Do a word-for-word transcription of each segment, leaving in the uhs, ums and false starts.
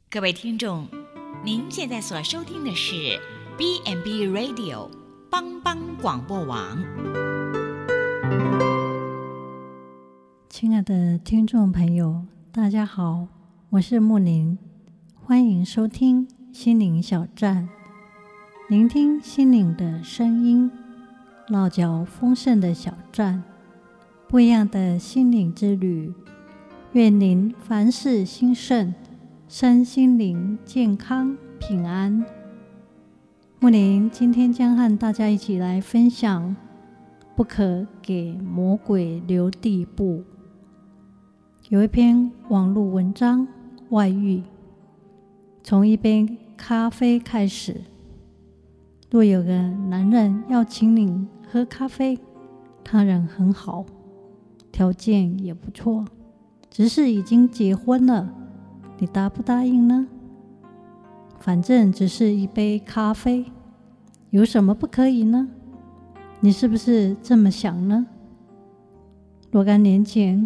各位听众，您现在所收听的是 B and B Radio 帮帮广播网。 亲爱的听众朋友，大家好，我是木林，欢迎收听心灵小站，聆听心灵的声音，落脚丰盛的小站，不一样的心灵之旅。愿您凡事兴盛，身心灵健康平安。木林今天将和大家一起来分享不可给魔鬼留地步。有一篇网络文章，外遇从一杯咖啡开始。若有个男人要请你喝咖啡，他人很好，条件也不错，只是已经结婚了，你答不答应呢？反正只是一杯咖啡，有什么不可以呢？你是不是这么想呢？若干年前，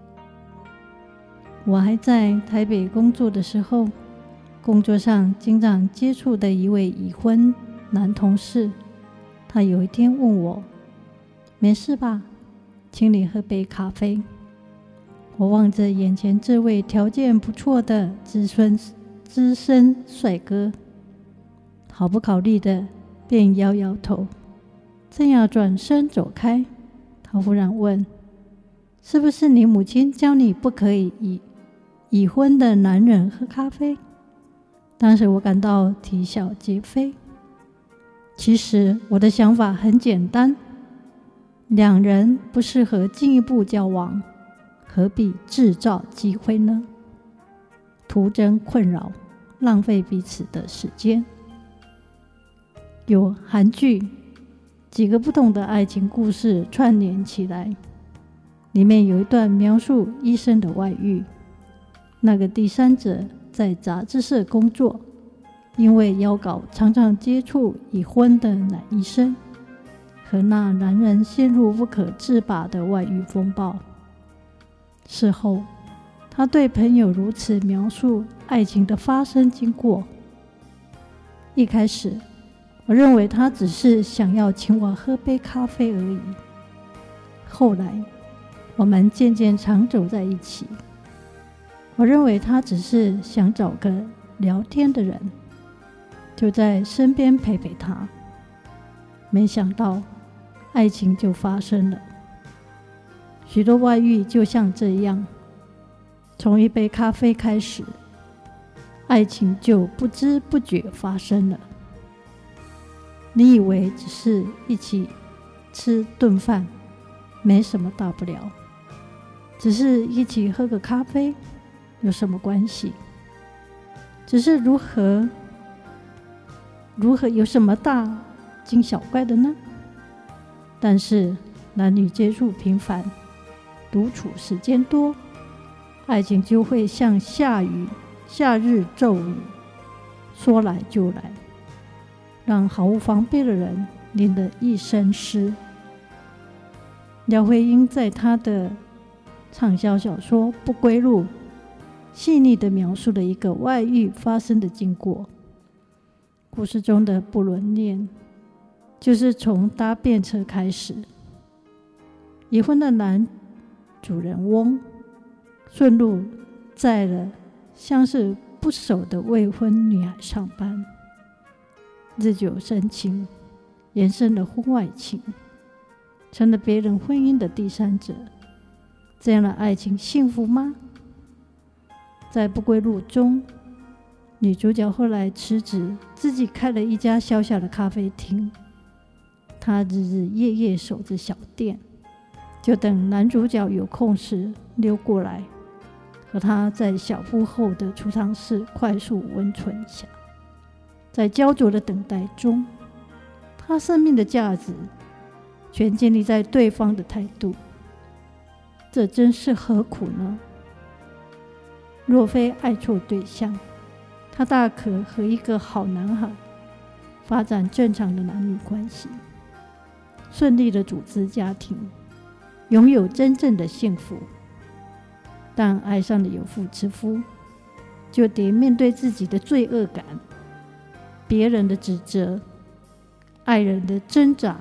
我还在台北工作的时候，工作上经常接触的一位已婚男同事，他有一天问我，没事吧？请你喝杯咖啡。我望着眼前这位条件不错的资深资深帅哥，毫不考虑的便摇摇头，正要转身走开，他忽然问，是不是你母亲教你不可以以已婚的男人喝咖啡？当时我感到啼笑皆非。其实我的想法很简单，两人不适合进一步交往，何必制造机会呢？徒增困扰，浪费彼此的时间。有韩剧几个不同的爱情故事串联起来，里面有一段描述医生的外遇。那个第三者在杂志社工作，因为要稿常常接触已婚的男医生，和那男人陷入不可自拔的外遇风暴。事后，他对朋友如此描述爱情的发生经过：一开始，我认为他只是想要请我喝杯咖啡而已。后来，我们渐渐常走在一起。我认为他只是想找个聊天的人，就在身边陪陪他。没想到，爱情就发生了。许多外遇就像这样，从一杯咖啡开始，爱情就不知不觉发生了。你以为只是一起吃顿饭，没什么大不了，只是一起喝个咖啡，有什么关系？只是如何如何有什么大惊小怪的呢？但是男女接触频繁，独处时间多，爱情就会像下雨夏日骤雨，说来就来，让毫无防备的人淋得一身湿。廖慧英在她的畅销小说《不归路》细腻地描述了一个外遇发生的经过。故事中的不伦恋就是从搭便车开始。已婚的男主人翁顺路载了相识不熟的未婚女孩上班，日久生情，延伸了婚外情，成了别人婚姻的第三者。这样的爱情幸福吗？在不归路中，女主角后来辞职，自己开了一家小小的咖啡厅。她日日夜夜守着小店，就等男主角有空时溜过来，和他在小铺后的储藏室快速温存一下。在焦灼的等待中，他生命的价值全建立在对方的态度，这真是何苦呢？若非爱错对象，他大可和一个好男孩发展正常的男女关系，顺利的组织家庭，拥有真正的幸福。但爱上了有妇之夫， 就得面对自己的罪恶感、别人的指责、爱人的挣扎。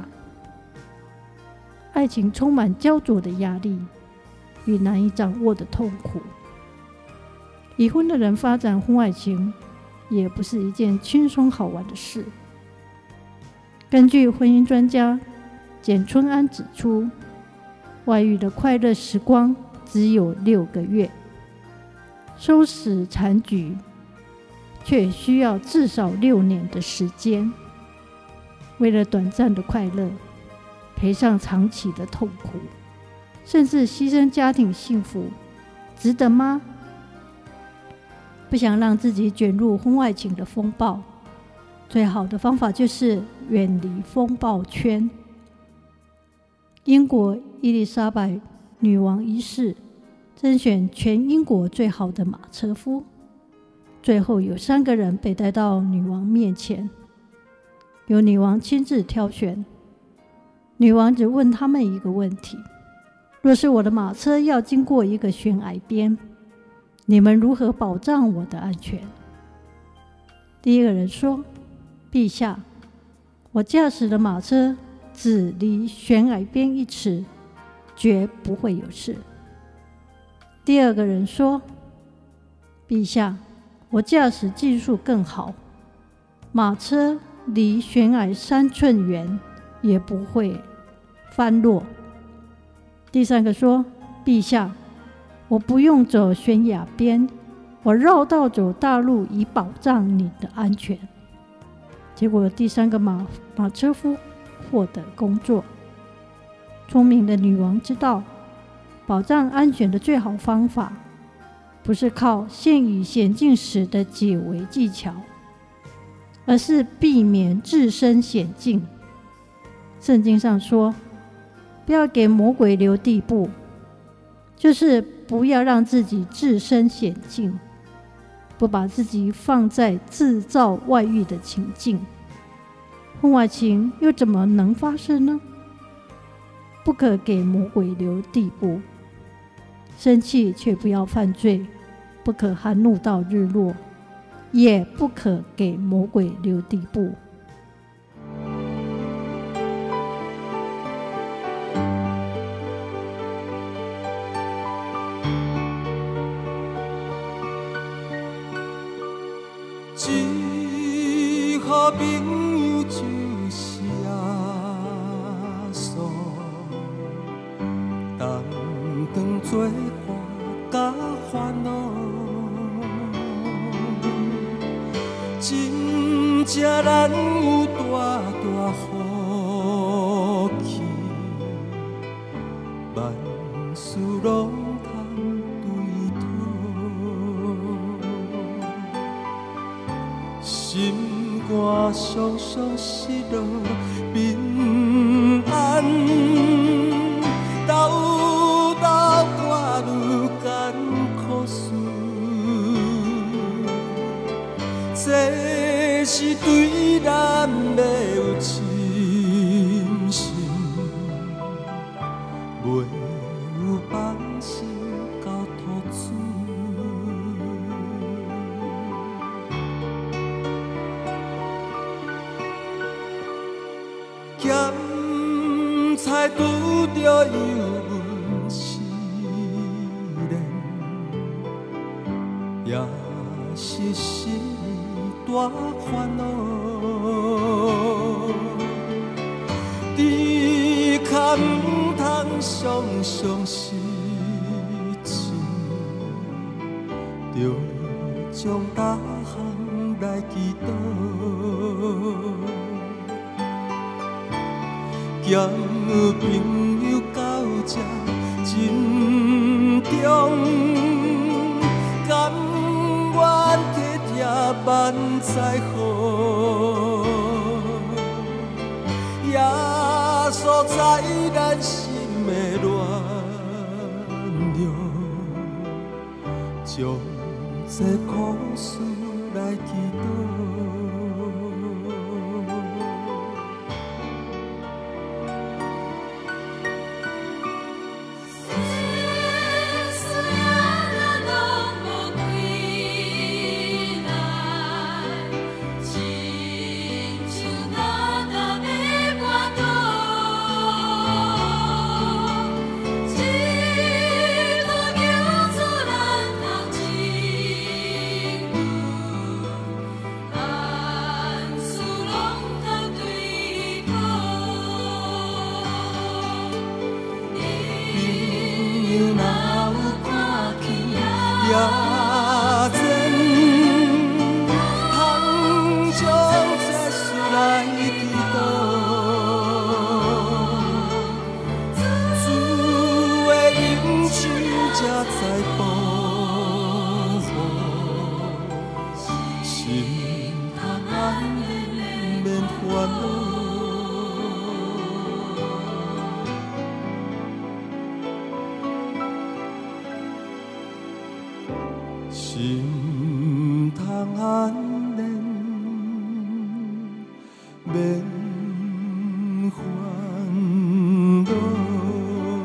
爱情充满焦灼的压力与难以掌握的痛苦。已婚的人发展婚外情也不是一件轻松好玩的事。根据婚姻专家简春安指出，外遇的快乐时光只有六个月，收拾残局却需要至少六年的时间。为了短暂的快乐，赔上长期的痛苦，甚至牺牲家庭幸福，值得吗？不想让自己卷入婚外情的风暴，最好的方法就是远离风暴圈。英国伊丽莎白女王一世甄选全英国最好的马车夫，最后有三个人被带到女王面前，由女王亲自挑选。女王只问他们一个问题：若是我的马车要经过一个悬崖边，你们如何保障我的安全？第一个人说：陛下，我驾驶的马车只离悬崖边一尺，绝不会有事。第二个人说：陛下，我驾驶技术更好，马车离悬崖三寸远也不会翻落。第三个说：陛下，我不用走悬崖边，我绕道走大路以保障你的安全。结果第三个马马车夫获得工作。聪明的女王知道，保障安全的最好方法不是靠陷于险境时的解围技巧，而是避免置身险境。圣经上说，不要给魔鬼留地步，就是不要让自己置身险境，不把自己放在制造外遇的情境。婚外情又怎么能发生呢？不可给魔鬼留地步。生气却不要犯罪，不可含怒到日落，也不可给魔鬼留地步。 一好朋友就是阿嫂，当当作伴甲烦恼，真正难有大大福气，万事拢通对讨。心肝伤伤失落平安，斗斗看愈艰苦事，这是对咱要有深心，袂有放心到吐水。咸菜拄着油温思念，也是心大烦恼。只可唔通伤伤失情，着将大项来祈祷。咸朋友到这真重，甘愿体贴万载好，耶稣知咱心的软弱，将这苦事来祈祷。 也恋，免烦恼。